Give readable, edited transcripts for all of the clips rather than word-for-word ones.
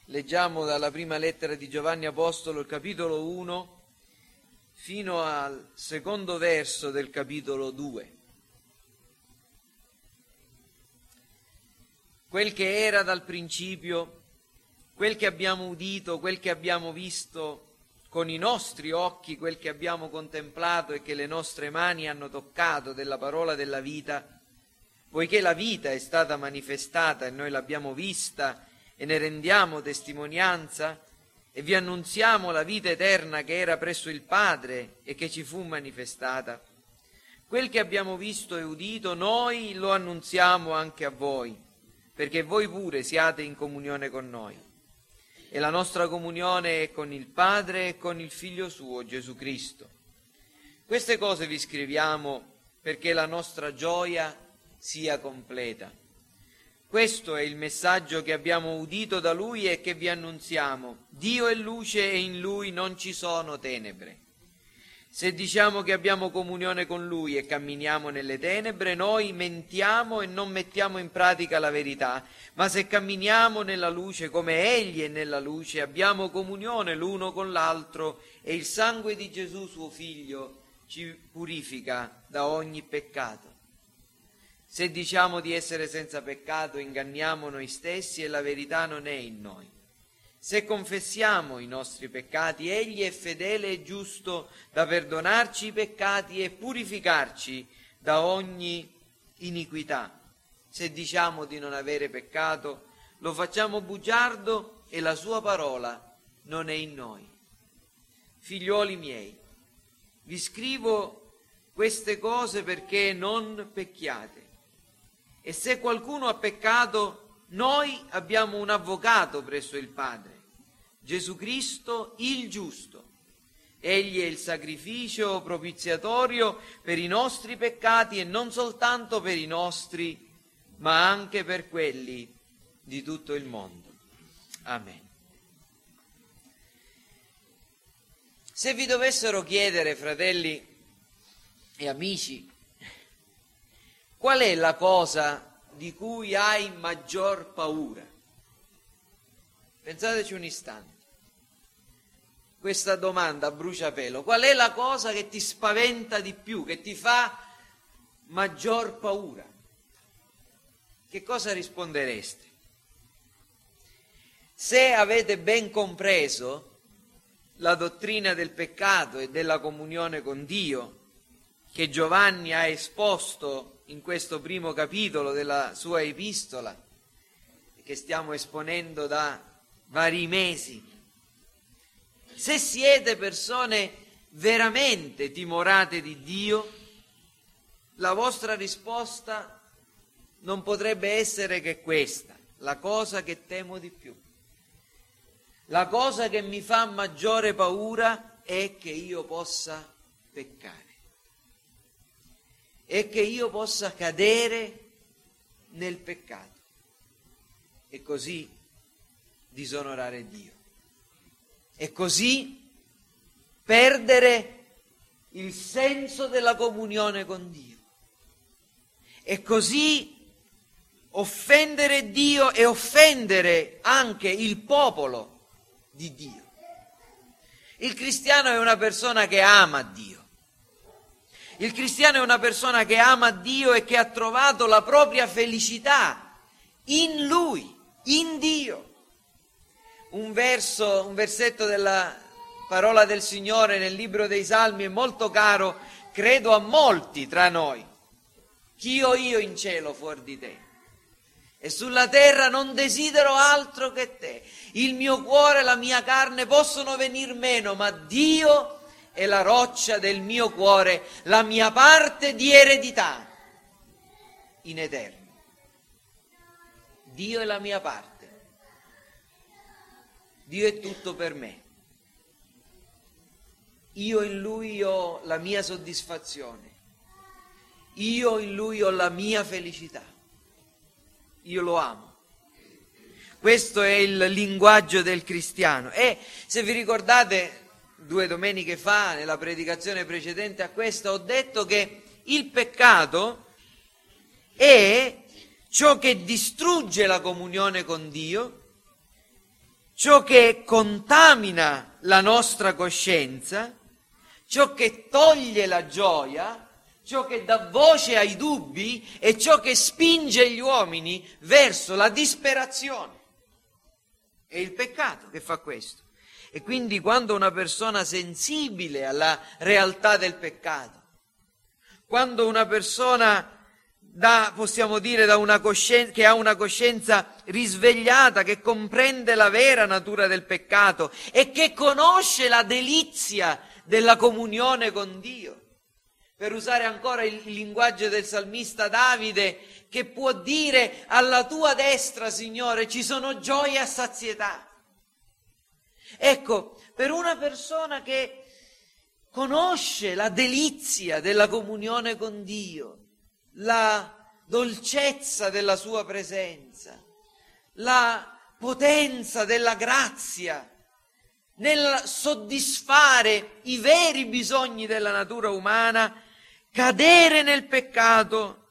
Leggiamo dalla prima lettera di Giovanni Apostolo, il capitolo 1, fino al secondo verso del capitolo 2. Quel che era dal principio, quel che abbiamo udito, quel che abbiamo visto con i nostri occhi, quel che abbiamo contemplato e che le nostre mani hanno toccato della parola della vita, poiché la vita è stata manifestata e noi l'abbiamo vista e ne rendiamo testimonianza e vi annunziamo la vita eterna che era presso il Padre e che ci fu manifestata. Quel che abbiamo visto e udito noi lo annunziamo anche a voi, perché voi pure siate in comunione con noi. E la nostra comunione è con il Padre e con il Figlio suo, Gesù Cristo. Queste cose vi scriviamo perché la nostra gioia sia completa. Questo è il messaggio che abbiamo udito da Lui e che vi annunziamo. Dio è luce e in Lui non ci sono tenebre. Se diciamo che abbiamo comunione con Lui e camminiamo nelle tenebre, noi mentiamo e non mettiamo in pratica la verità. Ma se camminiamo nella luce come Egli è nella luce, abbiamo comunione l'uno con l'altro e il sangue di Gesù, suo Figlio, ci purifica da ogni peccato. Se diciamo di essere senza peccato, inganniamo noi stessi e la verità non è in noi. Se confessiamo i nostri peccati, Egli è fedele e giusto da perdonarci i peccati e purificarci da ogni iniquità. Se diciamo di non avere peccato, lo facciamo bugiardo e la sua parola non è in noi. Figliuoli miei, vi scrivo queste cose perché non pecchiate. E se qualcuno ha peccato, noi abbiamo un avvocato presso il Padre, Gesù Cristo il giusto. Egli è il sacrificio propiziatorio per i nostri peccati e non soltanto per i nostri, ma anche per quelli di tutto il mondo. Amen. Se vi dovessero chiedere, fratelli e amici, qual è la cosa di cui hai maggior paura? Pensateci un istante. Questa domanda a bruciapelo. Qual è la cosa che ti spaventa di più, che ti fa maggior paura? Che cosa rispondereste? Se avete ben compreso la dottrina del peccato e della comunione con Dio, che Giovanni ha esposto in questo primo capitolo della sua epistola, che stiamo esponendo da vari mesi, se siete persone veramente timorate di Dio, la vostra risposta non potrebbe essere che questa: la cosa che temo di più, la cosa che mi fa maggiore paura è che io possa peccare, è che io possa cadere nel peccato e così disonorare Dio e così perdere il senso della comunione con Dio e così offendere Dio e offendere anche il popolo di Dio. Il cristiano è una persona che ama Dio. Il cristiano è una persona che ama Dio e che ha trovato la propria felicità in Lui, in Dio. Un versetto della parola del Signore nel libro dei Salmi è molto caro, credo, a molti tra noi. Chi ho io in cielo fuor di te? E sulla terra non desidero altro che te. Il mio cuore e la mia carne possono venir meno, ma Dio è la roccia del mio cuore, la mia parte di eredità in eterno. Dio è la mia parte. Dio è tutto per me. Io in Lui ho la mia soddisfazione. Io in Lui ho la mia felicità. Io lo amo. Questo è il linguaggio del cristiano. E se vi ricordate, 2 domeniche fa, nella predicazione precedente a questa, ho detto che il peccato è ciò che distrugge la comunione con Dio, ciò che contamina la nostra coscienza, ciò che toglie la gioia, ciò che dà voce ai dubbi e ciò che spinge gli uomini verso la disperazione. È il peccato che fa questo. E quindi quando una persona sensibile alla realtà del peccato, quando una persona possiamo dire che ha una coscienza risvegliata, che comprende la vera natura del peccato e che conosce la delizia della comunione con Dio, per usare ancora il linguaggio del salmista Davide, che può dire: alla tua destra, Signore, ci sono gioie a sazietà. Ecco, per una persona che conosce la delizia della comunione con Dio, la dolcezza della sua presenza, la potenza della grazia nel soddisfare i veri bisogni della natura umana, cadere nel peccato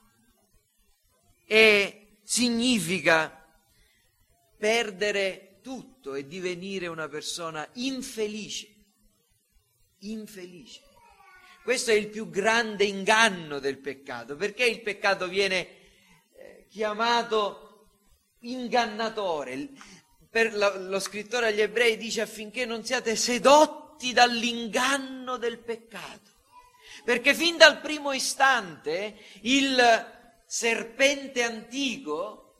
significa perdere tutto e divenire una persona infelice. Infelice. Questo è il più grande inganno del peccato. Perché il peccato viene chiamato ingannatore? Lo scrittore agli Ebrei dice: affinché non siate sedotti dall'inganno del peccato. Perché fin dal primo istante il serpente antico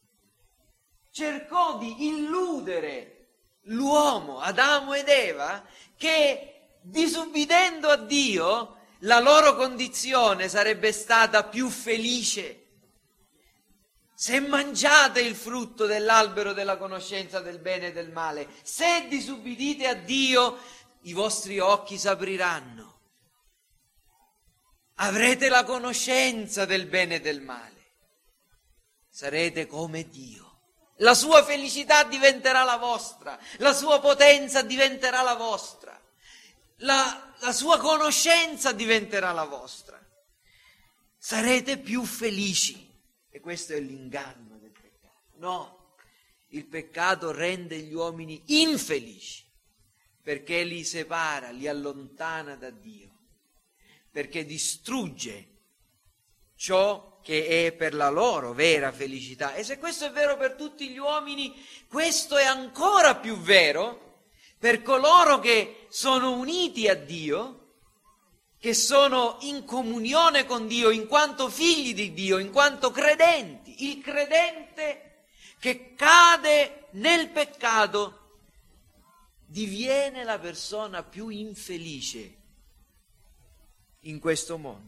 cercò di illudere l'uomo, Adamo ed Eva, che disubbidendo a Dio la loro condizione sarebbe stata più felice. Se mangiate il frutto dell'albero della conoscenza del bene e del male, se disubbidite a Dio, i vostri occhi s'apriranno. Avrete la conoscenza del bene e del male. Sarete come Dio. La sua felicità diventerà la vostra, la sua potenza diventerà la vostra, la sua conoscenza diventerà la vostra. Sarete più felici. E questo è l'inganno del peccato. No, il peccato rende gli uomini infelici, perché li separa, li allontana da Dio, perché distrugge ciò che è per la loro vera felicità. E se questo è vero per tutti gli uomini, questo è ancora più vero per coloro che sono uniti a Dio, che sono in comunione con Dio, in quanto figli di Dio, in quanto credenti. Il credente che cade nel peccato diviene la persona più infelice in questo mondo.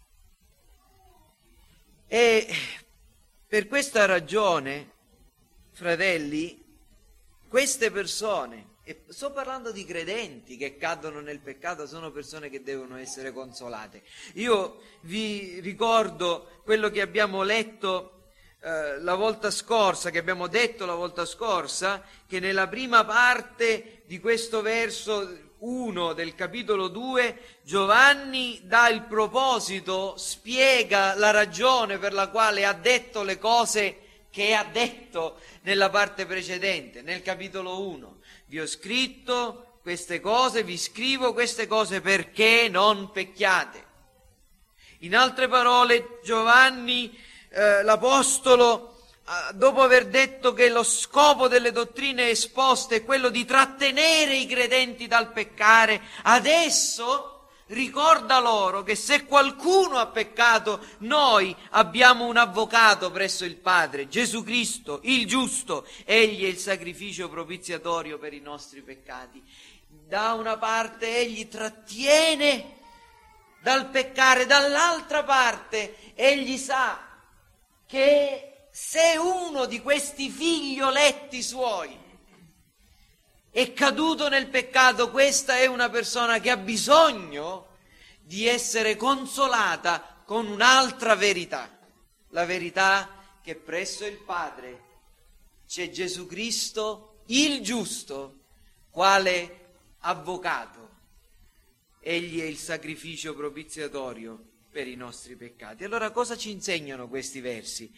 E per questa ragione, fratelli, queste persone, e sto parlando di credenti che cadono nel peccato, sono persone che devono essere consolate. Io vi ricordo quello che abbiamo letto la volta scorsa, che abbiamo detto la volta scorsa, che nella prima parte di questo verso 1 del capitolo 2 Giovanni dà il proposito, spiega la ragione per la quale ha detto le cose che ha detto nella parte precedente, nel capitolo 1. Vi ho scritto queste cose, vi scrivo queste cose perché non pecchiate. In altre parole, Giovanni, l'Apostolo, dopo aver detto che lo scopo delle dottrine esposte è quello di trattenere i credenti dal peccare, adesso ricorda loro che se qualcuno ha peccato, noi abbiamo un avvocato presso il Padre, Gesù Cristo, il giusto. Egli è il sacrificio propiziatorio per i nostri peccati. Da una parte egli trattiene dal peccare, dall'altra parte egli sa che se uno di questi figlioletti suoi è caduto nel peccato, questa è una persona che ha bisogno di essere consolata con un'altra verità, la verità che presso il Padre c'è Gesù Cristo, il giusto, quale avvocato. Egli è il sacrificio propiziatorio per i nostri peccati. Allora cosa ci insegnano questi versi?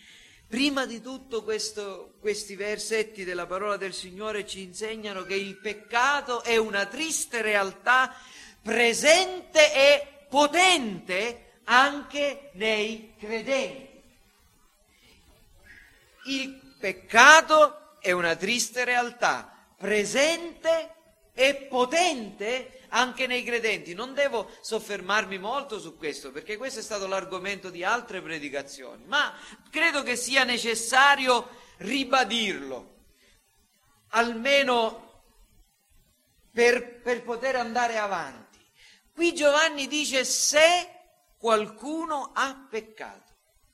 Prima di tutto questi versetti della parola del Signore ci insegnano che il peccato è una triste realtà presente e potente anche nei credenti. Il peccato è una triste realtà presente e potente anche nei credenti. Non devo soffermarmi molto su questo, perché questo è stato l'argomento di altre predicazioni, ma credo che sia necessario ribadirlo, almeno per poter andare avanti. Qui Giovanni dice: se qualcuno ha peccato.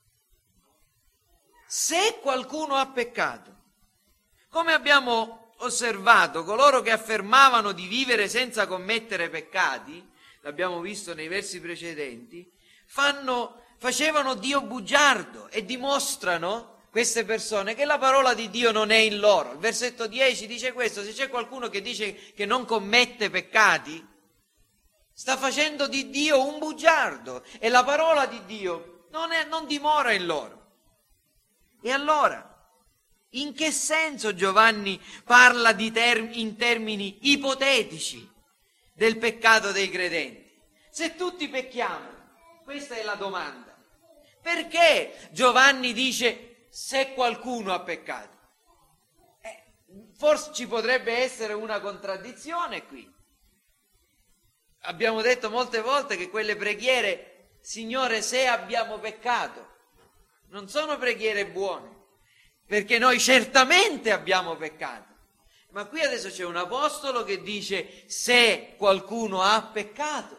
Se qualcuno ha peccato. Come abbiamo osservato, coloro che affermavano di vivere senza commettere peccati, l'abbiamo visto nei versi precedenti, facevano Dio bugiardo e dimostrano, queste persone, che la parola di Dio non è in loro. Il versetto 10 dice questo: se c'è qualcuno che dice che non commette peccati, sta facendo di Dio un bugiardo e la parola di Dio non dimora in loro. E allora, in che senso Giovanni parla in termini ipotetici del peccato dei credenti? Se tutti pecchiamo, questa è la domanda. Perché Giovanni dice: se qualcuno ha peccato? Forse ci potrebbe essere una contraddizione qui. Abbiamo detto molte volte che quelle preghiere, Signore, se abbiamo peccato, non sono preghiere buone, perché noi certamente abbiamo peccato. Ma qui adesso c'è un apostolo che dice: se qualcuno ha peccato.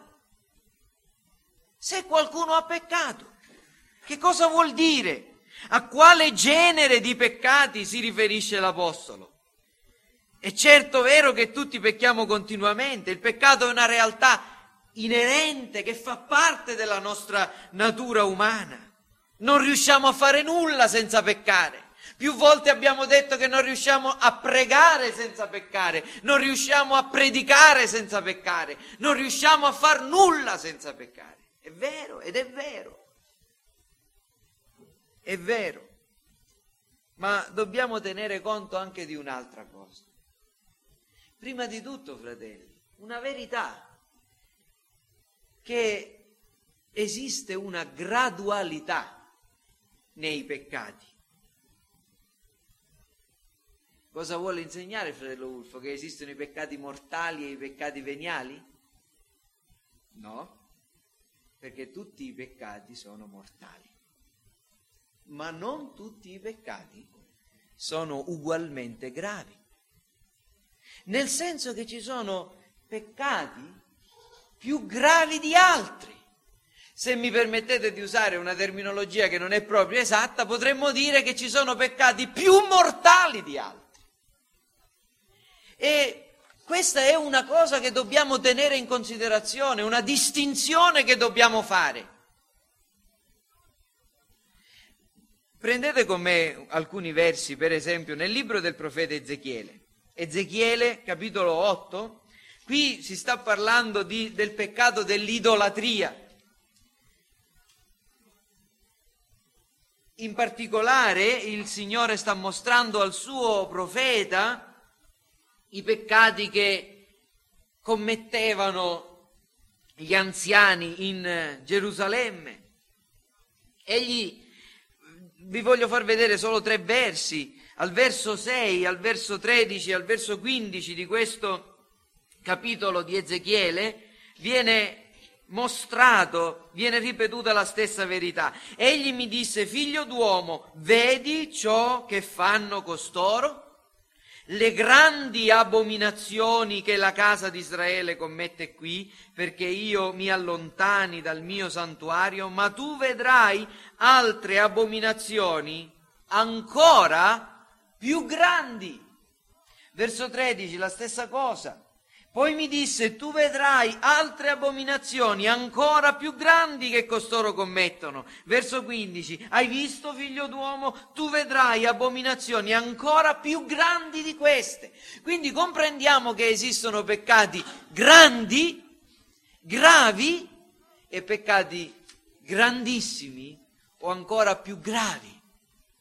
Se qualcuno ha peccato, che cosa vuol dire? A quale genere di peccati si riferisce l'apostolo? È certo vero che tutti pecchiamo continuamente, il peccato è una realtà inerente che fa parte della nostra natura umana. Non riusciamo a fare nulla senza peccare. Più volte abbiamo detto che non riusciamo a pregare senza peccare, non riusciamo a predicare senza peccare, non riusciamo a far nulla senza peccare. È vero, ed è vero. È vero. Ma dobbiamo tenere conto anche di un'altra cosa. Prima di tutto, fratelli, una verità, che esiste una gradualità nei peccati. Cosa vuole insegnare fratello Ulfo? Che esistono i peccati mortali e i peccati veniali? No, perché tutti i peccati sono mortali, ma non tutti i peccati sono ugualmente gravi. Nel senso che ci sono peccati più gravi di altri. Se mi permettete di usare una terminologia che non è proprio esatta, potremmo dire che ci sono peccati più mortali di altri. E questa è una cosa che dobbiamo tenere in considerazione, una distinzione che dobbiamo fare. Prendete con me alcuni versi, per esempio, nel libro del profeta Ezechiele. Ezechiele, capitolo 8, qui si sta parlando del peccato dell'idolatria. In particolare il Signore sta mostrando al suo profeta i peccati che commettevano gli anziani in Gerusalemme. Vi voglio far vedere solo 3 versi, al verso 6, al verso 13, al verso 15 di questo capitolo di Ezechiele viene ripetuta la stessa verità. Egli mi disse: figlio d'uomo, vedi ciò che fanno costoro? Le grandi abominazioni che la casa di Israele commette qui, perché io mi allontani dal mio santuario, ma tu vedrai altre abominazioni ancora più grandi. Verso 13, la stessa cosa. Poi mi disse: tu vedrai altre abominazioni ancora più grandi che costoro commettono. Verso 15, hai visto, figlio d'uomo? Tu vedrai abominazioni ancora più grandi di queste. Quindi comprendiamo che esistono peccati grandi, gravi, e peccati grandissimi o ancora più gravi.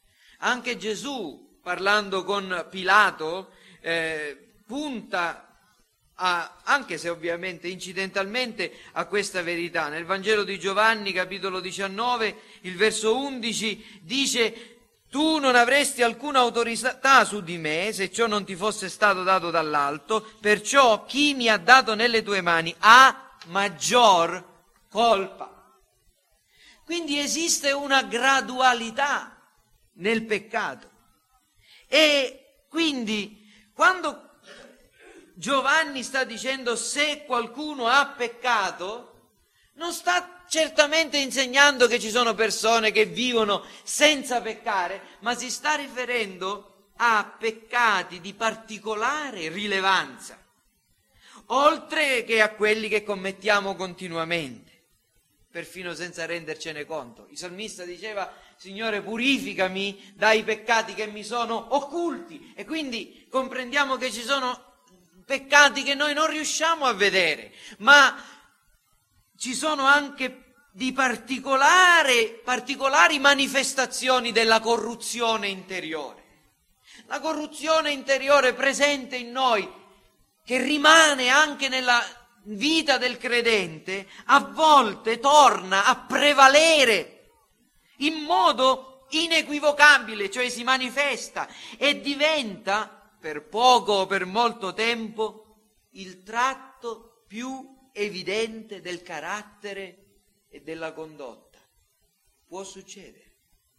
Anche Gesù, parlando con Pilato, punta anche se ovviamente incidentalmente, a questa verità. Nel Vangelo di Giovanni, capitolo 19, il verso 11, dice: tu non avresti alcuna autorità su di me se ciò non ti fosse stato dato dall'alto, perciò chi mi ha dato nelle tue mani ha maggior colpa. Quindi esiste una gradualità nel peccato. E quindi quando Giovanni sta dicendo se qualcuno ha peccato, non sta certamente insegnando che ci sono persone che vivono senza peccare, ma si sta riferendo a peccati di particolare rilevanza, oltre che a quelli che commettiamo continuamente, perfino senza rendercene conto. Il salmista diceva: Signore, purificami dai peccati che mi sono occulti, e quindi comprendiamo che ci sono peccati che noi non riusciamo a vedere, ma ci sono anche di particolari manifestazioni della corruzione interiore. La corruzione interiore presente in noi, che rimane anche nella vita del credente, a volte torna a prevalere in modo inequivocabile, cioè si manifesta e diventa, per poco o per molto tempo, il tratto più evidente del carattere e della condotta. Può succedere.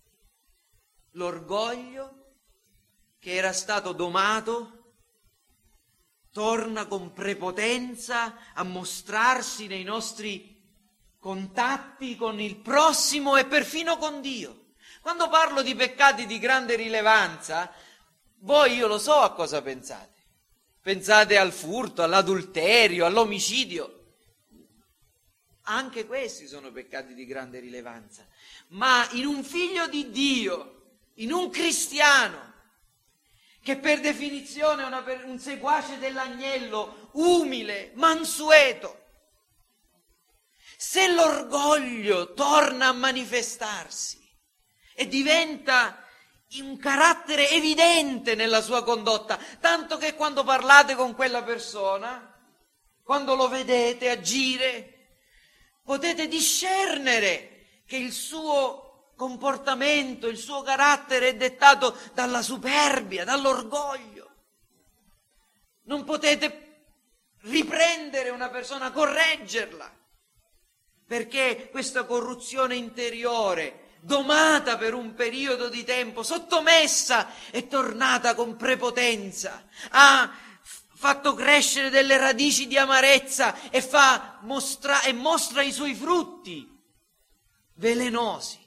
L'orgoglio che era stato domato torna con prepotenza a mostrarsi nei nostri contatti con il prossimo e perfino con Dio. Quando parlo di peccati di grande rilevanza, voi, io lo so a cosa pensate. Pensate al furto, all'adulterio, all'omicidio. Anche questi sono peccati di grande rilevanza, ma in un figlio di Dio, in un cristiano, che per definizione è un seguace dell'agnello, umile, mansueto, se l'orgoglio torna a manifestarsi e diventa un carattere evidente nella sua condotta, tanto che quando parlate con quella persona, quando lo vedete agire, potete discernere che il suo comportamento, il suo carattere è dettato dalla superbia, dall'orgoglio. Non potete riprendere una persona, correggerla, perché questa corruzione interiore, domata per un periodo di tempo, sottomessa, è tornata con prepotenza, ha fatto crescere delle radici di amarezza e mostra i suoi frutti velenosi.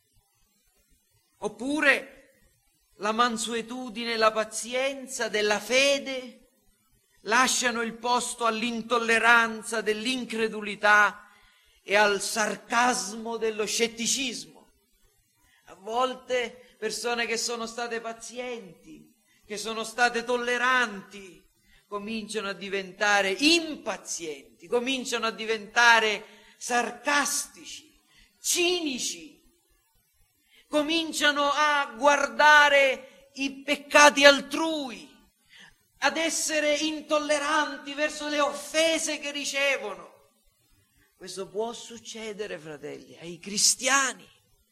Oppure la mansuetudine e la pazienza della fede lasciano il posto all'intolleranza dell'incredulità e al sarcasmo dello scetticismo. A volte persone che sono state pazienti, che sono state tolleranti, cominciano a diventare impazienti, cominciano a diventare sarcastici, cinici, cominciano a guardare i peccati altrui, ad essere intolleranti verso le offese che ricevono. Questo può succedere, fratelli, ai cristiani.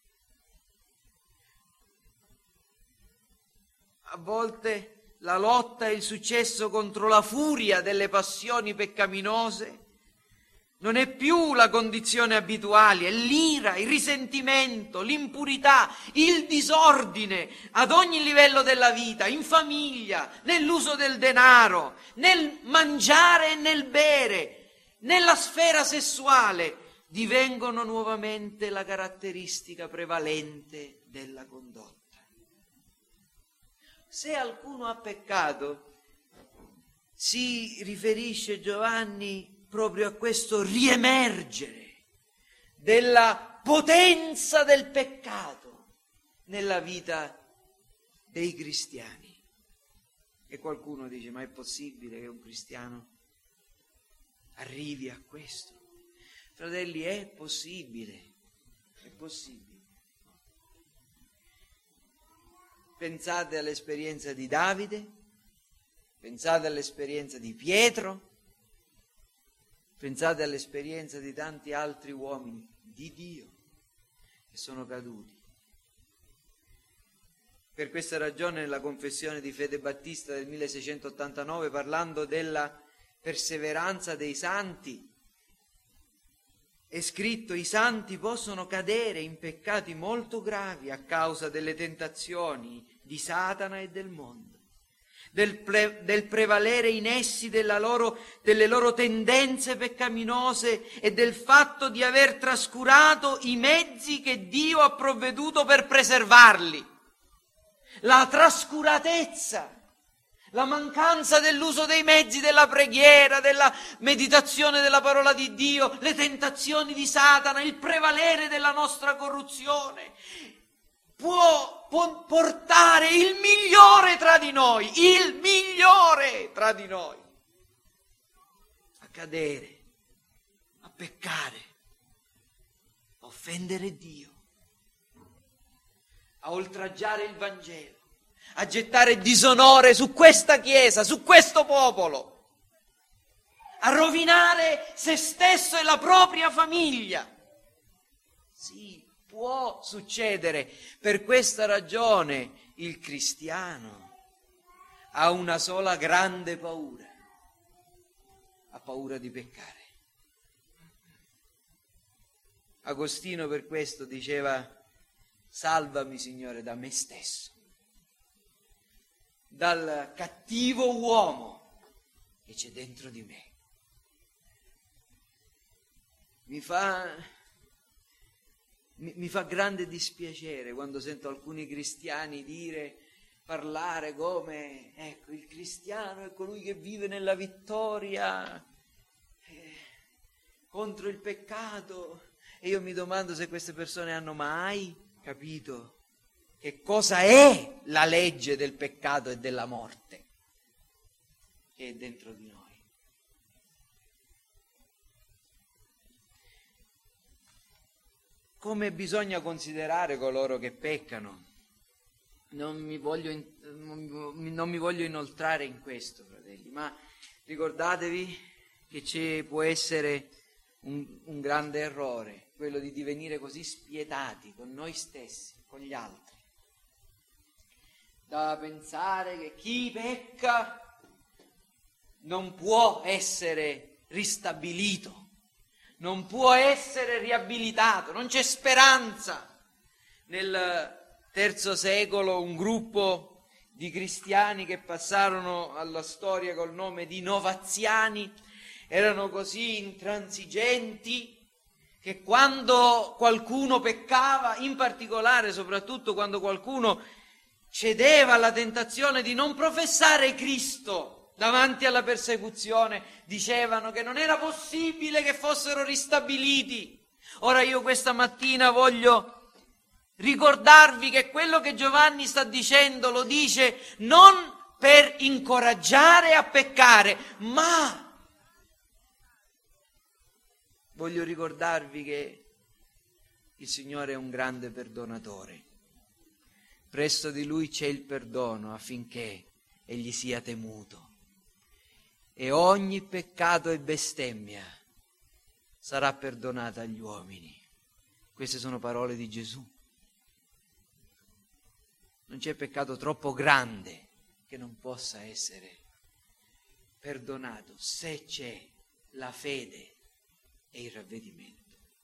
A volte la lotta e il successo contro la furia delle passioni peccaminose non è più la condizione abituale, è l'ira, il risentimento, l'impurità, il disordine ad ogni livello della vita, in famiglia, nell'uso del denaro, nel mangiare e nel bere, nella sfera sessuale, divengono nuovamente la caratteristica prevalente della condotta. Se qualcuno ha peccato, si riferisce Giovanni proprio a questo riemergere della potenza del peccato nella vita dei cristiani. E qualcuno dice: ma è possibile che un cristiano arrivi a questo? Fratelli, è possibile, è possibile. Pensate all'esperienza di Davide, pensate all'esperienza di Pietro, pensate all'esperienza di tanti altri uomini di Dio che sono caduti. Per questa ragione nella confessione di fede battista del 1689, parlando della perseveranza dei santi, è scritto: i santi possono cadere in peccati molto gravi a causa delle tentazioni di Satana e del mondo, del prevalere in essi delle loro tendenze peccaminose e del fatto di aver trascurato i mezzi che Dio ha provveduto per preservarli. La trascuratezza, la mancanza dell'uso dei mezzi della preghiera, della meditazione della parola di Dio, le tentazioni di Satana, il prevalere della nostra corruzione può portare il migliore tra di noi a cadere, a peccare, a offendere Dio, a oltraggiare il Vangelo, a gettare disonore su questa Chiesa, su questo popolo, a rovinare se stesso e la propria famiglia. Sì, può succedere. Per questa ragione il cristiano ha una sola grande paura: ha paura di peccare. Agostino per questo diceva: salvami, Signore, da me stesso, dal cattivo uomo che c'è dentro di me. Mi fa grande dispiacere quando sento alcuni cristiani parlare come, ecco, il cristiano è colui che vive nella vittoria contro il peccato, e io mi domando se queste persone hanno mai capito che cosa è la legge del peccato e della morte che è dentro di noi. Come bisogna considerare coloro che peccano? Non mi voglio inoltrare in questo, fratelli, ma ricordatevi che può essere un grande errore, quello di divenire così spietati con noi stessi, con gli altri, da pensare che chi pecca non può essere ristabilito, non può essere riabilitato, non c'è speranza. Nel III secolo un gruppo di cristiani che passarono alla storia col nome di Novaziani erano così intransigenti che quando qualcuno peccava, in particolare soprattutto quando qualcuno cedeva alla tentazione di non professare Cristo davanti alla persecuzione, dicevano che non era possibile che fossero ristabiliti. Ora io questa mattina voglio ricordarvi che quello che Giovanni sta dicendo lo dice non per incoraggiare a peccare, ma voglio ricordarvi che il Signore è un grande perdonatore. Presso di Lui c'è il perdono affinché Egli sia temuto. E ogni peccato e bestemmia sarà perdonata agli uomini. Queste sono parole di Gesù. Non c'è peccato troppo grande che non possa essere perdonato se c'è la fede e il ravvedimento.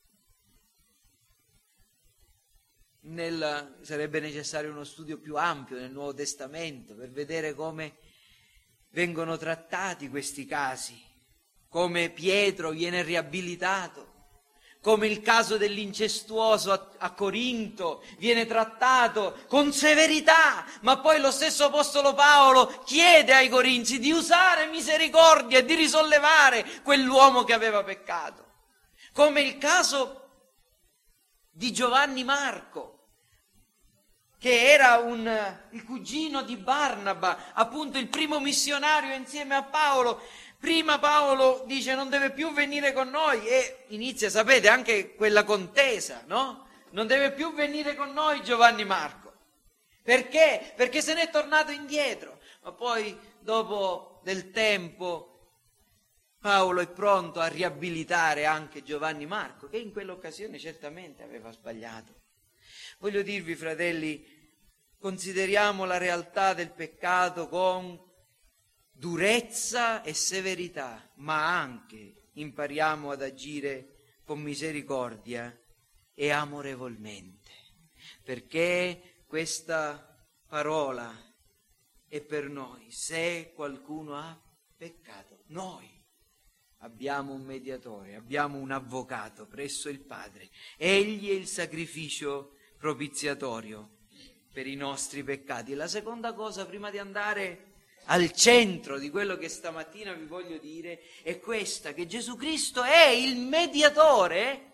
Sarebbe necessario uno studio più ampio nel Nuovo Testamento per vedere come vengono trattati questi casi, come Pietro viene riabilitato, come il caso dell'incestuoso a Corinto viene trattato con severità, ma poi lo stesso Apostolo Paolo chiede ai Corinzi di usare misericordia e di risollevare quell'uomo che aveva peccato. Come il caso di Giovanni Marco, che era il cugino di Barnaba, appunto il primo missionario insieme a Paolo. Prima Paolo dice non deve più venire con noi e inizia, sapete, anche quella contesa, no? Non deve più venire con noi Giovanni Marco. Perché? Perché se n'è tornato indietro. Ma poi, dopo del tempo, Paolo è pronto a riabilitare anche Giovanni Marco, che in quell'occasione certamente aveva sbagliato. Voglio dirvi, fratelli, consideriamo la realtà del peccato con durezza e severità, ma anche impariamo ad agire con misericordia e amorevolmente, perché questa parola è per noi. Se qualcuno ha peccato, noi abbiamo un mediatore, abbiamo un avvocato presso il Padre. Egli è il sacrificio propiziatorio per i nostri peccati. E la seconda cosa, prima di andare al centro di quello che stamattina vi voglio dire, è questa, che Gesù Cristo è il mediatore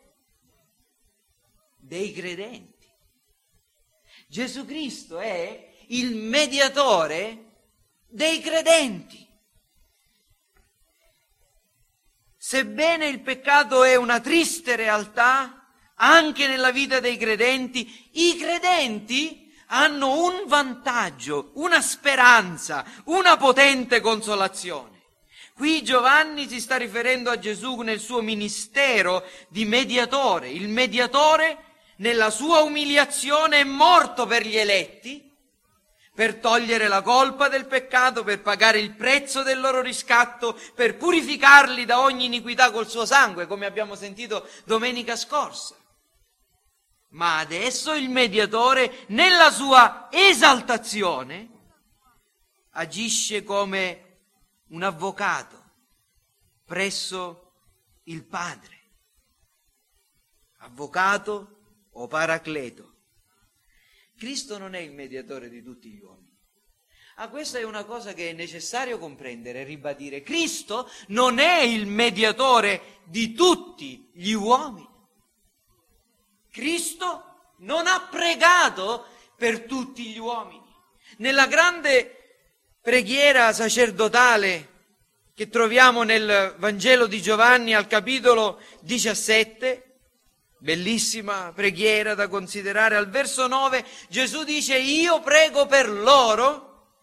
dei credenti. Gesù Cristo è il mediatore dei credenti. Sebbene il peccato è una triste realtà, anche nella vita dei credenti, i credenti hanno un vantaggio, una speranza, una potente consolazione. Qui Giovanni si sta riferendo a Gesù nel suo ministero di mediatore. Il mediatore, nella sua umiliazione, è morto per gli eletti, per togliere la colpa del peccato, per pagare il prezzo del loro riscatto, per purificarli da ogni iniquità col suo sangue, come abbiamo sentito domenica scorsa. Ma adesso il mediatore, nella sua esaltazione, agisce come un avvocato presso il Padre. Avvocato o paracleto. Cristo non è il mediatore di tutti gli uomini. Questa è una cosa che è necessario comprendere e ribadire. Cristo non è il mediatore di tutti gli uomini. Cristo non ha pregato per tutti gli uomini. Nella grande preghiera sacerdotale che troviamo nel Vangelo di Giovanni al capitolo 17, bellissima preghiera da considerare, al verso 9 Gesù dice: io prego per loro,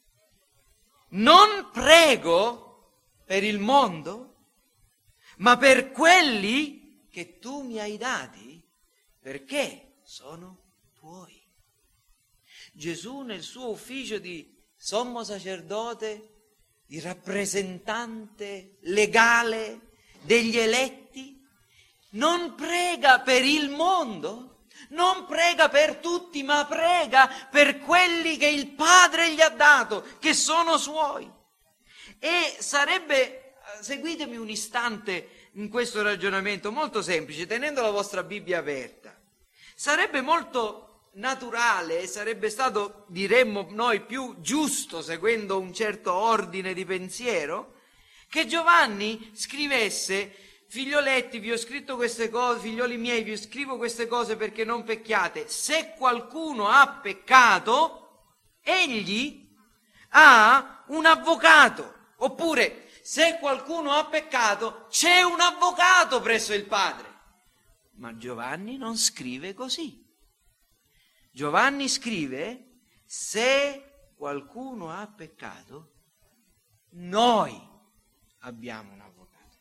non prego per il mondo, ma per quelli che tu mi hai dati, perché sono tuoi. Gesù nel suo ufficio di sommo sacerdote, di rappresentante legale degli eletti, non prega per il mondo, non prega per tutti, ma prega per quelli che il Padre gli ha dato, che sono suoi. E sarebbe, seguitemi un istante in questo ragionamento molto semplice, tenendo la vostra Bibbia aperta, sarebbe molto naturale e sarebbe stato, diremmo noi, più giusto, seguendo un certo ordine di pensiero, che Giovanni scrivesse: figlioletti, vi ho scritto queste cose, figlioli miei, vi scrivo queste cose perché non pecchiate. Se qualcuno ha peccato, egli ha un avvocato. Oppure, se qualcuno ha peccato, c'è un avvocato presso il Padre. Ma Giovanni non scrive così. Giovanni scrive: se qualcuno ha peccato, noi abbiamo un avvocato.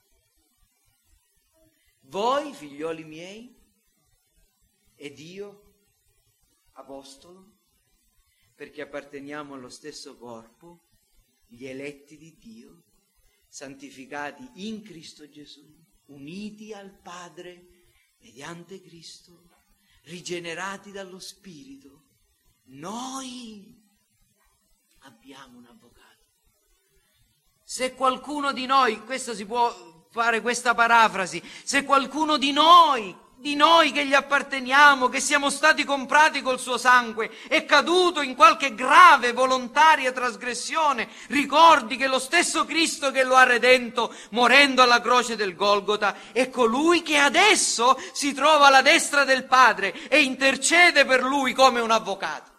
Voi, figlioli miei, ed io, apostolo, perché apparteniamo allo stesso corpo, gli eletti di Dio, santificati in Cristo Gesù, uniti al Padre mediante Cristo, rigenerati dallo Spirito, noi abbiamo un avvocato. Se qualcuno di noi, questo si può fare questa parafrasi, se qualcuno di noi che gli apparteniamo, che siamo stati comprati col suo sangue, è caduto in qualche grave volontaria trasgressione, ricordi che lo stesso Cristo che lo ha redento morendo alla croce del Golgota è colui che adesso si trova alla destra del Padre e intercede per lui come un avvocato.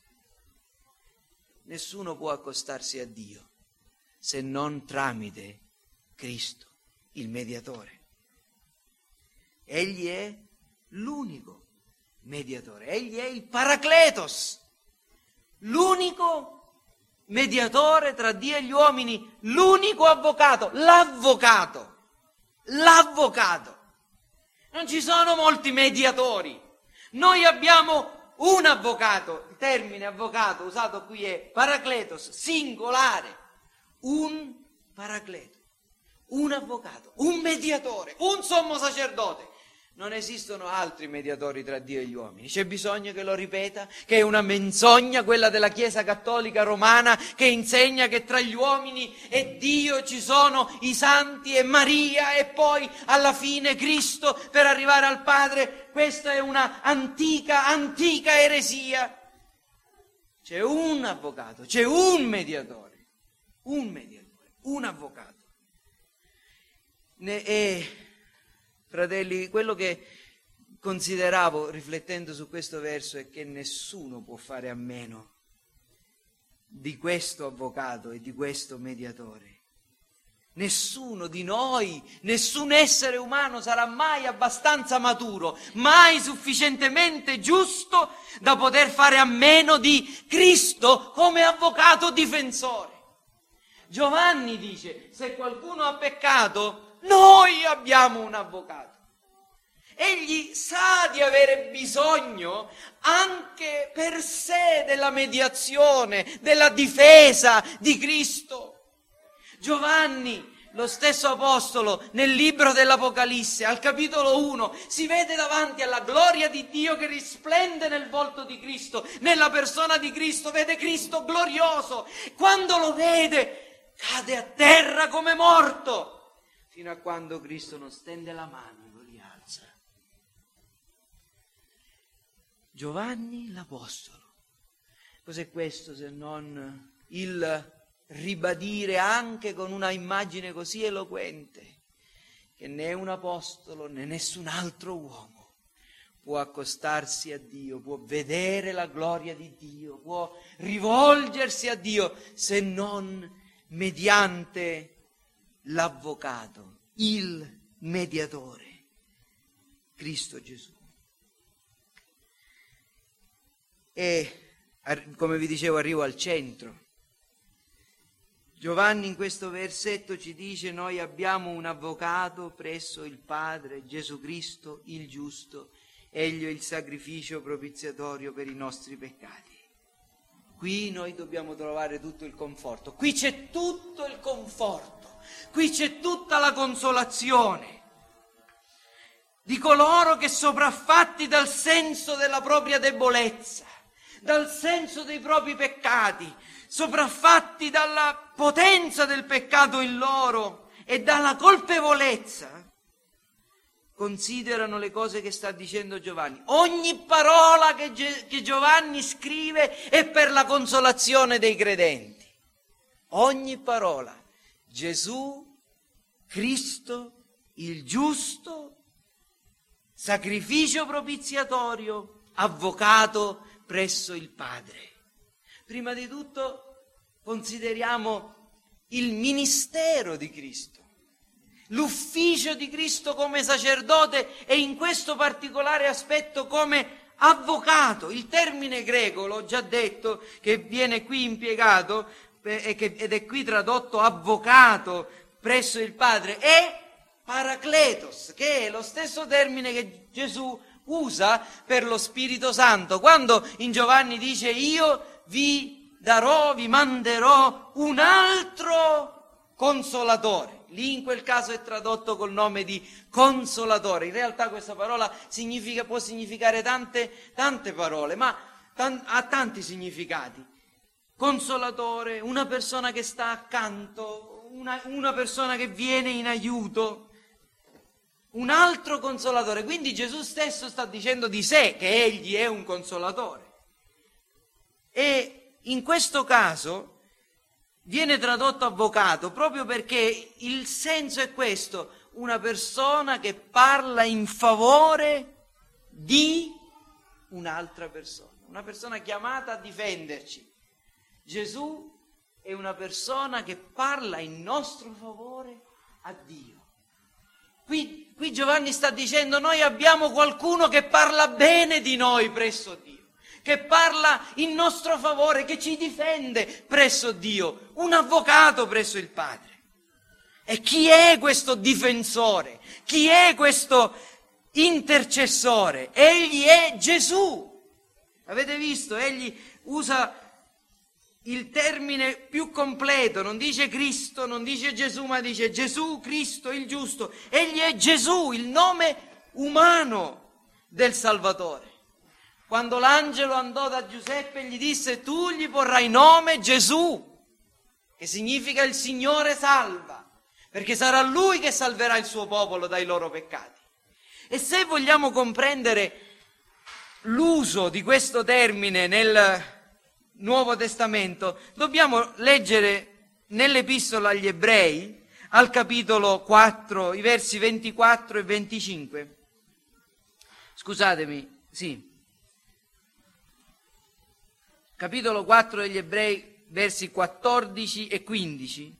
Nessuno può accostarsi a Dio se non tramite Cristo, il mediatore. Egli è l'unico mediatore, egli è il Paracletos, l'unico mediatore tra Dio e gli uomini, l'unico avvocato, l'avvocato. Non ci sono molti mediatori. Noi abbiamo un avvocato. Il termine avvocato usato qui è parakletos, singolare. Un paracleto, un avvocato, un mediatore, un sommo sacerdote. Non esistono altri mediatori tra Dio e gli uomini. C'è bisogno che lo ripeta, che è una menzogna quella della Chiesa Cattolica Romana che insegna che tra gli uomini e Dio ci sono i santi e Maria e poi alla fine Cristo per arrivare al Padre. Questa è una antica eresia. C'è un avvocato, c'è un mediatore, un avvocato. Fratelli, quello che consideravo riflettendo su questo verso è che nessuno può fare a meno di questo avvocato e di questo mediatore. Nessuno di noi, nessun essere umano sarà mai abbastanza maturo, mai sufficientemente giusto da poter fare a meno di Cristo come avvocato difensore. Giovanni dice: se qualcuno ha peccato, noi abbiamo un avvocato. Egli sa di avere bisogno anche per sé della mediazione, della difesa di Cristo. Giovanni, lo stesso apostolo, nel libro dell'Apocalisse, al capitolo 1, si vede davanti alla gloria di Dio che risplende nel volto di Cristo, nella persona di Cristo, vede Cristo glorioso. Quando lo vede, cade a terra come morto, fino a quando Cristo non stende la mano e lo rialza. Giovanni l'Apostolo. Cos'è questo se non il ribadire anche con una immagine così eloquente che né un apostolo né nessun altro uomo può accostarsi a Dio, può vedere la gloria di Dio, può rivolgersi a Dio se non mediante l'avvocato, il mediatore, Cristo Gesù. E come vi dicevo, arrivo al centro. Giovanni in questo versetto ci dice: noi abbiamo un avvocato presso il Padre, Gesù Cristo, il giusto, egli è il sacrificio propiziatorio per i nostri peccati. Qui noi dobbiamo trovare tutto il conforto, qui c'è tutto il conforto, qui c'è tutta la consolazione di coloro che, sopraffatti dal senso della propria debolezza, dal senso dei propri peccati, sopraffatti dalla potenza del peccato in loro e dalla colpevolezza, considerano le cose che sta dicendo Giovanni. Ogni parola che Giovanni scrive è per la consolazione dei credenti. Ogni parola. Gesù, Cristo, il giusto, sacrificio propiziatorio, avvocato presso il Padre. Prima di tutto consideriamo il ministero di Cristo, l'ufficio di Cristo come sacerdote e in questo particolare aspetto come avvocato. Il termine greco, l'ho già detto, che viene qui impiegato ed è qui tradotto avvocato presso il Padre, è parakletos, che è lo stesso termine che Gesù usa per lo Spirito Santo, quando in Giovanni dice: io vi manderò un altro consolatore. Lì in quel caso è tradotto col nome di consolatore. In realtà questa parola può significare tante parole, ma ha tanti significati. Consolatore, una persona che sta accanto, una persona che viene in aiuto, un altro consolatore. Quindi Gesù stesso sta dicendo di sé che egli è un consolatore. E in questo caso viene tradotto avvocato proprio perché il senso è questo: una persona che parla in favore di un'altra persona, una persona chiamata a difenderci. Gesù è una persona che parla in nostro favore a Dio. Qui Giovanni sta dicendo: noi abbiamo qualcuno che parla bene di noi presso Dio, che parla in nostro favore, che ci difende presso Dio, un avvocato presso il Padre. E chi è questo difensore? Chi è questo intercessore? Egli è Gesù. Avete visto? Egli usa il termine più completo, non dice Cristo, non dice Gesù, ma dice Gesù, Cristo, il giusto. Egli è Gesù, il nome umano del Salvatore. Quando l'angelo andò da Giuseppe e gli disse: tu gli porrai nome Gesù, che significa il Signore salva, perché sarà Lui che salverà il suo popolo dai loro peccati. E se vogliamo comprendere l'uso di questo termine nel Nuovo Testamento, dobbiamo leggere nell'Epistola agli Ebrei, al capitolo 4, i versi 24 e 25. Scusatemi, sì. Capitolo 4 degli Ebrei, versi 14 e 15.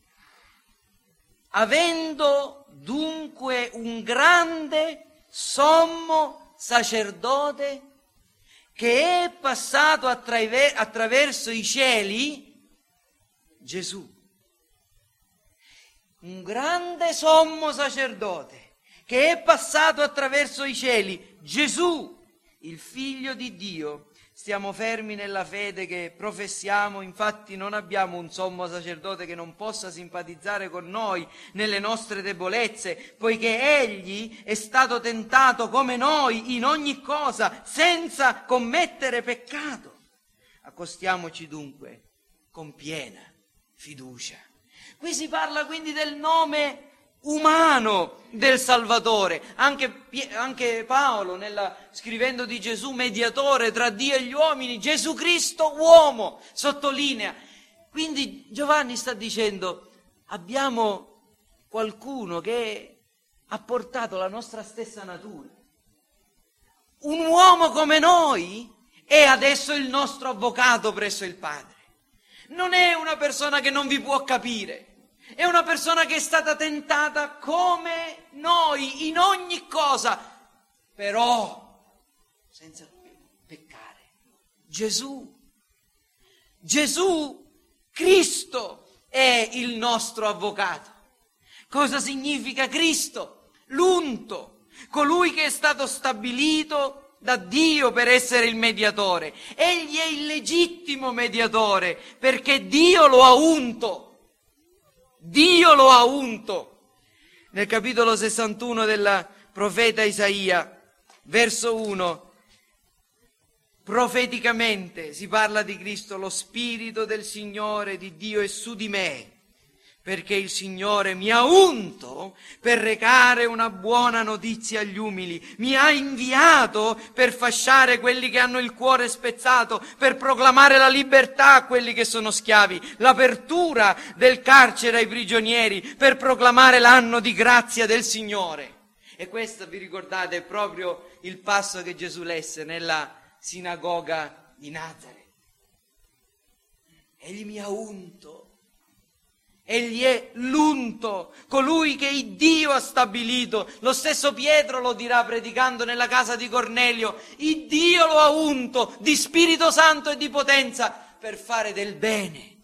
Avendo dunque un grande sommo sacerdote che è passato attraverso i cieli, Gesù. Un grande sommo sacerdote che è passato attraverso i cieli, Gesù, il Figlio di Dio. Stiamo fermi nella fede che professiamo, infatti non abbiamo un sommo sacerdote che non possa simpatizzare con noi nelle nostre debolezze, poiché egli è stato tentato come noi in ogni cosa, senza commettere peccato. Accostiamoci dunque con piena fiducia. Qui si parla quindi del nome umano del Salvatore. Anche Paolo, scrivendo di Gesù mediatore tra Dio e gli uomini, Gesù Cristo uomo, sottolinea. Quindi Giovanni sta dicendo: abbiamo qualcuno che ha portato la nostra stessa natura, un uomo come noi, è adesso il nostro avvocato presso il Padre. Non è una persona che non vi può capire, è una persona che è stata tentata come noi in ogni cosa, però senza peccare. Gesù Cristo è il nostro avvocato. Cosa significa Cristo? L'unto, colui che è stato stabilito da Dio per essere il mediatore. Egli è il legittimo mediatore perché Dio lo ha unto. Dio lo ha unto. Nel capitolo 61 del profeta Isaia, verso 1, profeticamente si parla di Cristo: lo Spirito del Signore, di Dio, è su di me, perché il Signore mi ha unto per recare una buona notizia agli umili, mi ha inviato per fasciare quelli che hanno il cuore spezzato, per proclamare la libertà a quelli che sono schiavi, l'apertura del carcere ai prigionieri, per proclamare l'anno di grazia del Signore. E questo, vi ricordate, è proprio il passo che Gesù lesse nella sinagoga di Nazaret. Egli mi ha unto. Egli è l'unto, colui che Dio ha stabilito. Lo stesso Pietro lo dirà predicando nella casa di Cornelio: il Dio lo ha unto di Spirito Santo e di potenza per fare del bene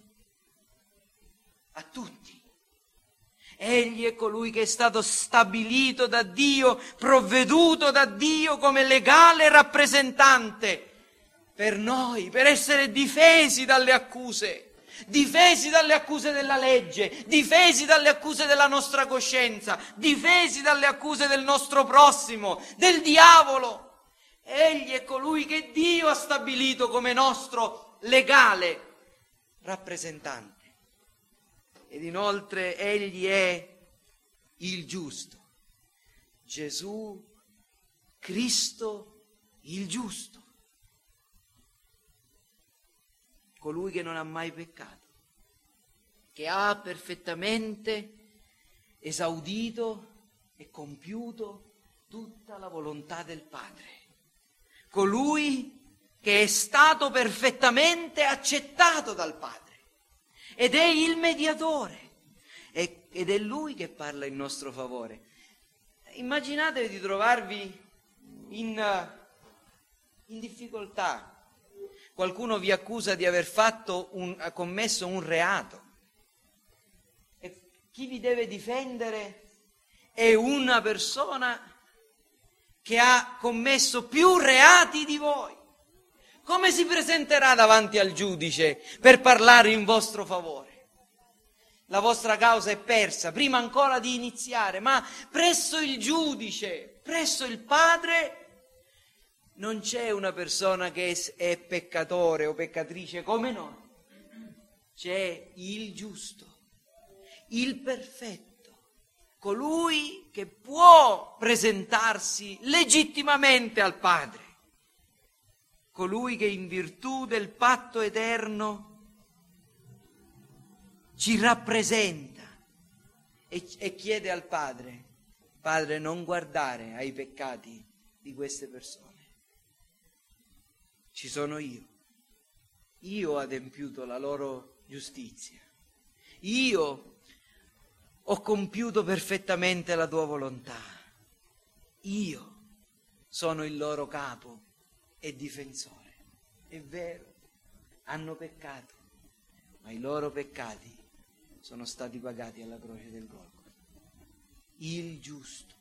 a tutti. Egli è colui che è stato stabilito da Dio, provveduto da Dio come legale rappresentante per noi, per essere difesi dalle accuse della legge, difesi dalle accuse della nostra coscienza, difesi dalle accuse del nostro prossimo, del diavolo. Egli è colui che Dio ha stabilito come nostro legale rappresentante. Ed inoltre egli è il giusto. Gesù Cristo il giusto. Colui che non ha mai peccato, che ha perfettamente esaudito e compiuto tutta la volontà del Padre. Colui che è stato perfettamente accettato dal Padre ed è il mediatore ed è Lui che parla in nostro favore. Immaginatevi di trovarvi in difficoltà. qualcuno vi accusa di aver commesso un reato. E chi vi deve difendere è una persona che ha commesso più reati di voi. Come si presenterà davanti al giudice per parlare in vostro favore? La vostra causa è persa prima ancora di iniziare, ma presso il giudice, presso il Padre, non c'è una persona che è peccatore o peccatrice come noi. C'è il giusto, il perfetto, colui che può presentarsi legittimamente al Padre, colui che in virtù del patto eterno ci rappresenta e chiede al Padre: Padre, non guardare ai peccati di queste persone. Ci sono io ho adempiuto la loro giustizia, io ho compiuto perfettamente la tua volontà, io sono il loro capo e difensore. È vero, hanno peccato, ma i loro peccati sono stati pagati alla croce del Golgota. Il giusto,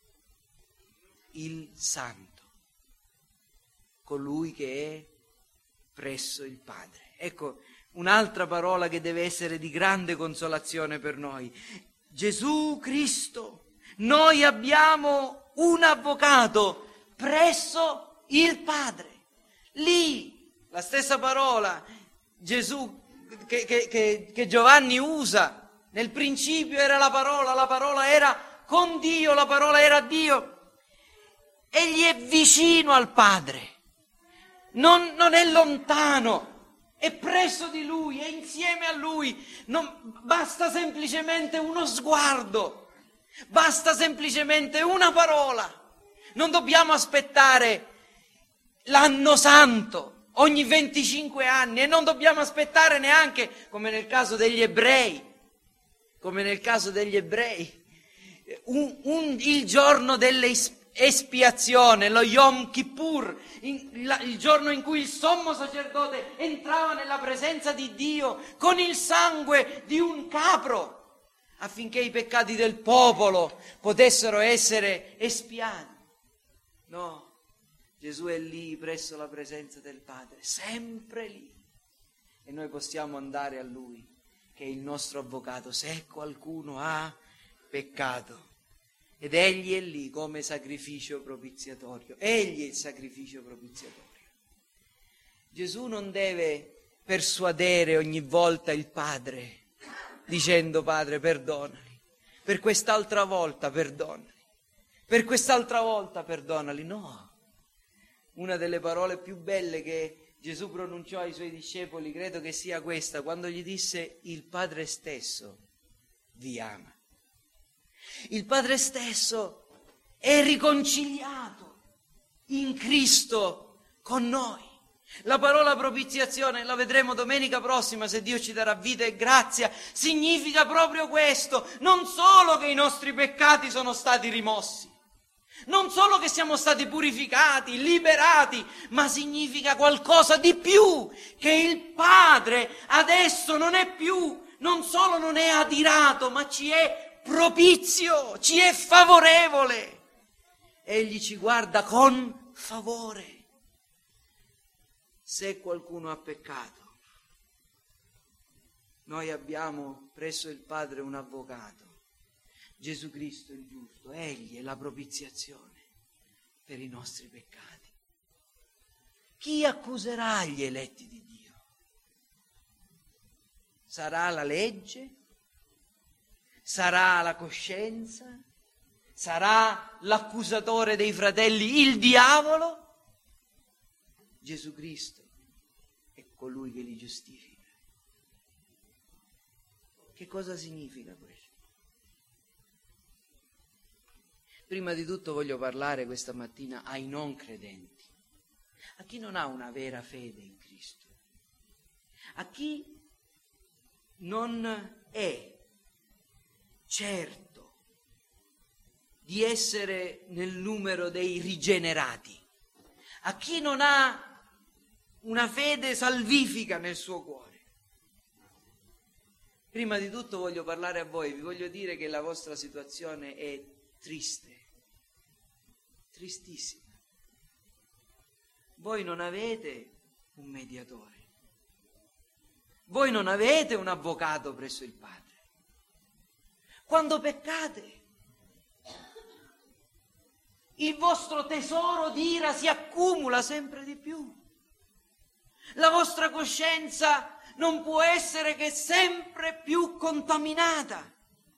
il santo, colui che è presso il Padre. Ecco, un'altra parola che deve essere di grande consolazione per noi. Gesù Cristo. Noi abbiamo un avvocato presso il Padre. Lì, la stessa parola, Gesù che Giovanni usa. Nel principio era la parola era con Dio, la parola era Dio. Egli è vicino al Padre. Non è lontano, è presso di Lui, è insieme a Lui. Basta semplicemente uno sguardo, basta semplicemente una parola. Non dobbiamo aspettare l'anno santo ogni 25 anni e non dobbiamo aspettare neanche, come nel caso degli ebrei, il giorno dell'espiazione, lo Yom Kippur, il giorno in cui il sommo sacerdote entrava nella presenza di Dio con il sangue di un capro, affinché i peccati del popolo potessero essere espiati. No, Gesù è lì presso la presenza del Padre, sempre lì. E noi possiamo andare a Lui, che è il nostro avvocato, se qualcuno ha peccato. Ed Egli è lì come sacrificio propiziatorio. Egli è il sacrificio propiziatorio. Gesù non deve persuadere ogni volta il Padre, dicendo: Padre, perdonali, per quest'altra volta perdonali, per quest'altra volta perdonali. No. Una delle parole più belle che Gesù pronunciò ai Suoi discepoli credo che sia questa, quando gli disse: il Padre stesso vi ama. Il Padre stesso è riconciliato in Cristo con noi. La parola propiziazione, la vedremo domenica prossima se Dio ci darà vita e grazia, significa proprio questo: non solo che i nostri peccati sono stati rimossi, non solo che siamo stati purificati, liberati, ma significa qualcosa di più, che il Padre adesso non solo non è adirato, ma ci è propizio, ci è favorevole. Egli ci guarda con favore. Se qualcuno ha peccato, noi abbiamo presso il Padre un avvocato, Gesù Cristo il giusto. Egli è la propiziazione per i nostri peccati. Chi accuserà gli eletti di Dio? Sarà la legge? Sarà la coscienza? Sarà l'accusatore dei fratelli, il diavolo? Gesù Cristo è colui che li giustifica. Che cosa significa questo? Prima di tutto voglio parlare questa mattina ai non credenti, a chi non ha una vera fede in Cristo, a chi non è certo di essere nel numero dei rigenerati, a chi non ha una fede salvifica nel suo cuore. Prima di tutto voglio parlare a voi, vi voglio dire che la vostra situazione è triste, tristissima. Voi non avete un mediatore, voi non avete un avvocato presso il Padre. Quando peccate, il vostro tesoro d'ira si accumula sempre di più. La vostra coscienza non può essere che sempre più contaminata.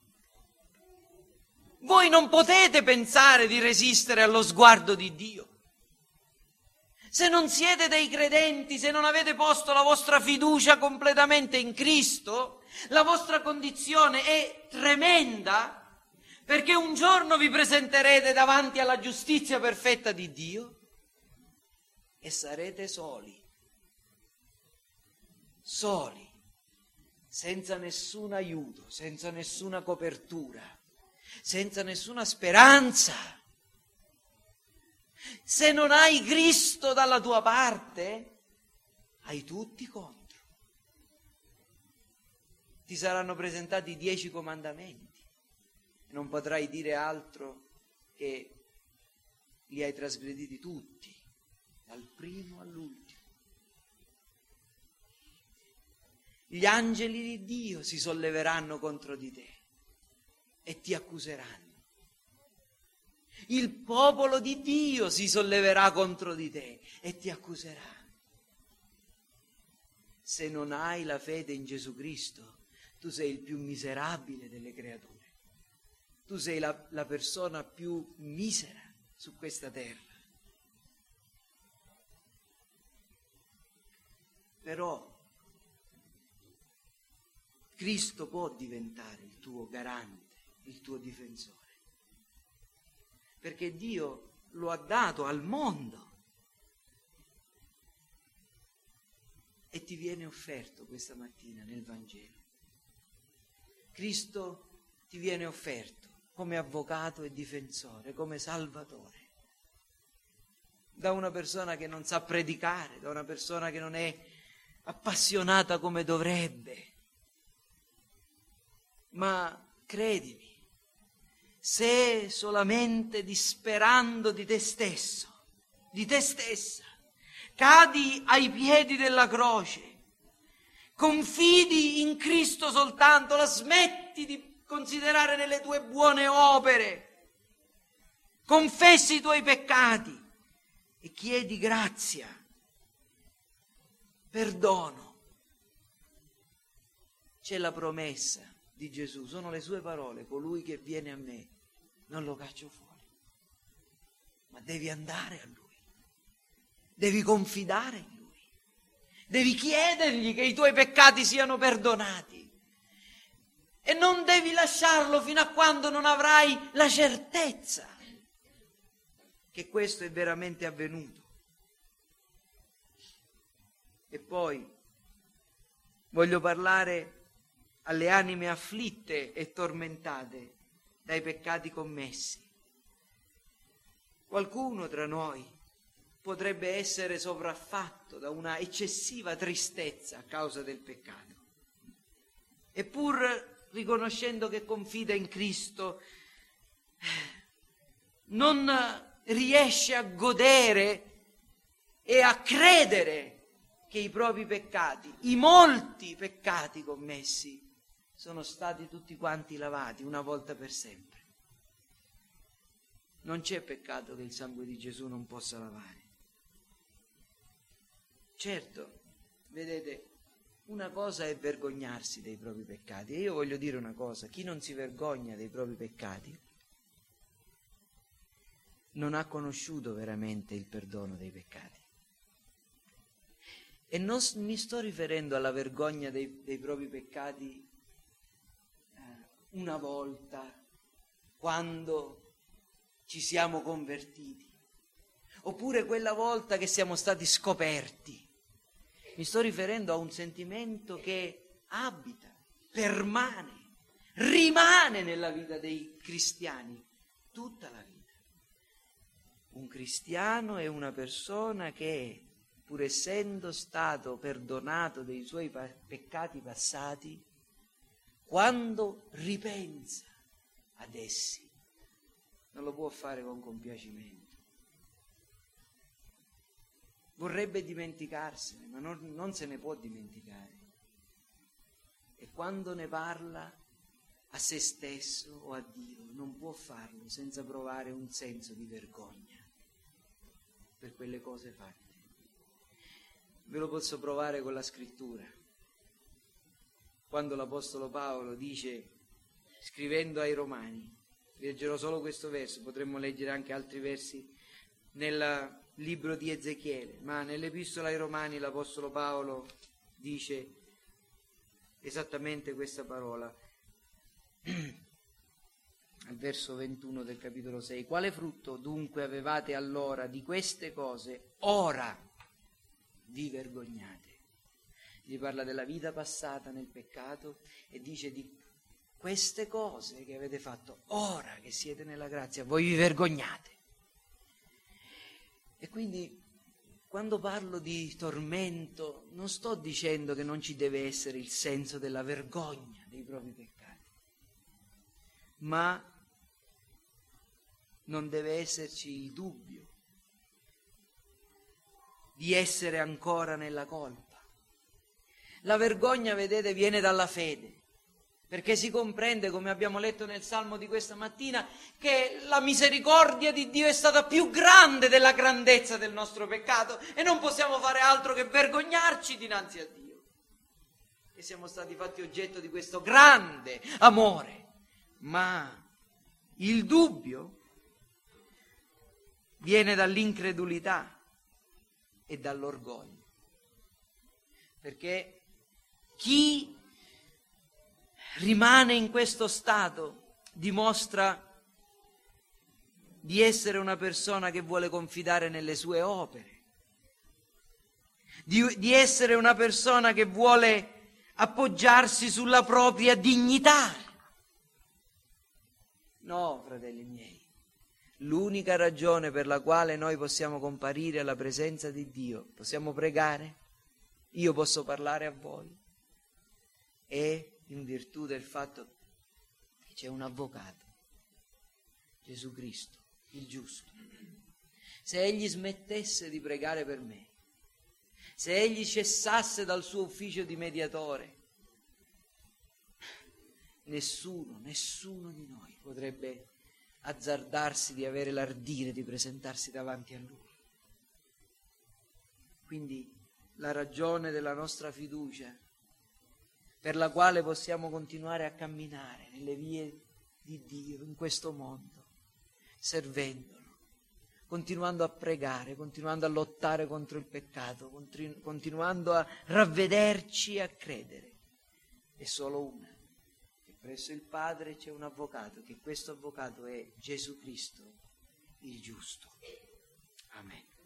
Voi non potete pensare di resistere allo sguardo di Dio. Se non siete dei credenti, se non avete posto la vostra fiducia completamente in Cristo, la vostra condizione è tremenda, perché un giorno vi presenterete davanti alla giustizia perfetta di Dio e sarete soli, senza nessun aiuto, senza nessuna copertura, senza nessuna speranza. Se non hai Cristo dalla tua parte, hai tutti contro. Ti saranno presentati 10 comandamenti e non potrai dire altro che li hai trasgrediti tutti, dal primo all'ultimo. Gli angeli di Dio si solleveranno contro di te e ti accuseranno. Il popolo di Dio si solleverà contro di te e ti accuserà. Se non hai la fede in Gesù Cristo, tu sei il più miserabile delle creature. Tu sei la persona più misera su questa terra. Però Cristo può diventare il tuo garante, il tuo difensore. Perché Dio lo ha dato al mondo e ti viene offerto questa mattina nel Vangelo. Cristo ti viene offerto come avvocato e difensore, come salvatore, da una persona che non sa predicare, da una persona che non è appassionata come dovrebbe. Ma credimi, se solamente disperando di te stesso, di te stessa, cadi ai piedi della croce, confidi in Cristo soltanto, la smetti di considerare nelle tue buone opere, confessi i tuoi peccati e chiedi grazia, perdono, c'è la promessa di Gesù, sono le sue parole: colui che viene a me non lo caccio fuori. Ma devi andare a Lui, devi confidare in Lui, devi chiedergli che i tuoi peccati siano perdonati e non devi lasciarlo fino a quando non avrai la certezza che questo è veramente avvenuto. E poi voglio parlare alle anime afflitte e tormentate dai peccati commessi. Qualcuno tra noi potrebbe essere sopraffatto da una eccessiva tristezza a causa del peccato. E pur riconoscendo che confida in Cristo, non riesce a godere e a credere che i propri peccati, i molti peccati commessi, sono stati tutti quanti lavati una volta per sempre. Non c'è peccato che il sangue di Gesù non possa lavare. Certo, vedete, una cosa è vergognarsi dei propri peccati, e io voglio dire una cosa: chi non si vergogna dei propri peccati non ha conosciuto veramente il perdono dei peccati. E non mi sto riferendo alla vergogna dei propri peccati una volta, quando ci siamo convertiti, oppure quella volta che siamo stati scoperti. Mi sto riferendo a un sentimento che abita, permane, rimane nella vita dei cristiani tutta la vita. Un cristiano è una persona che pur essendo stato perdonato dei suoi peccati passati, quando ripensa ad essi, non lo può fare con compiacimento. Vorrebbe dimenticarsene, ma non se ne può dimenticare. E quando ne parla a se stesso o a Dio, non può farlo senza provare un senso di vergogna per quelle cose fatte. Ve lo posso provare con la scrittura. Quando l'Apostolo Paolo dice, scrivendo ai Romani, leggerò solo questo verso, potremmo leggere anche altri versi nel libro di Ezechiele, ma nell'Epistola ai Romani l'Apostolo Paolo dice esattamente questa parola, al verso 21 del capitolo 6. Quale frutto dunque avevate allora di queste cose? Ora vi vergognate. Gli parla della vita passata nel peccato e dice di queste cose che avete fatto ora che siete nella grazia, voi vi vergognate. E quindi quando parlo di tormento non sto dicendo che non ci deve essere il senso della vergogna dei propri peccati, ma non deve esserci il dubbio di essere ancora nella colpa. La vergogna, vedete, viene dalla fede, perché si comprende, come abbiamo letto nel Salmo di questa mattina, che la misericordia di Dio è stata più grande della grandezza del nostro peccato e non possiamo fare altro che vergognarci dinanzi a Dio, che siamo stati fatti oggetto di questo grande amore. Ma il dubbio viene dall'incredulità e dall'orgoglio, perché chi rimane in questo stato dimostra di essere una persona che vuole confidare nelle sue opere, di essere una persona che vuole appoggiarsi sulla propria dignità. No, fratelli miei, l'unica ragione per la quale noi possiamo comparire alla presenza di Dio, possiamo pregare, io posso parlare a voi, è in virtù del fatto che c'è un avvocato, Gesù Cristo, il giusto. Se egli smettesse di pregare per me, se egli cessasse dal suo ufficio di mediatore, nessuno di noi potrebbe azzardarsi di avere l'ardire di presentarsi davanti a lui. Quindi la ragione della nostra fiducia, per la quale possiamo continuare a camminare nelle vie di Dio in questo mondo, servendolo, continuando a pregare, continuando a lottare contro il peccato, continuando a ravvederci e a credere, è solo una: che presso il Padre c'è un avvocato, che questo avvocato è Gesù Cristo, il giusto. Amen.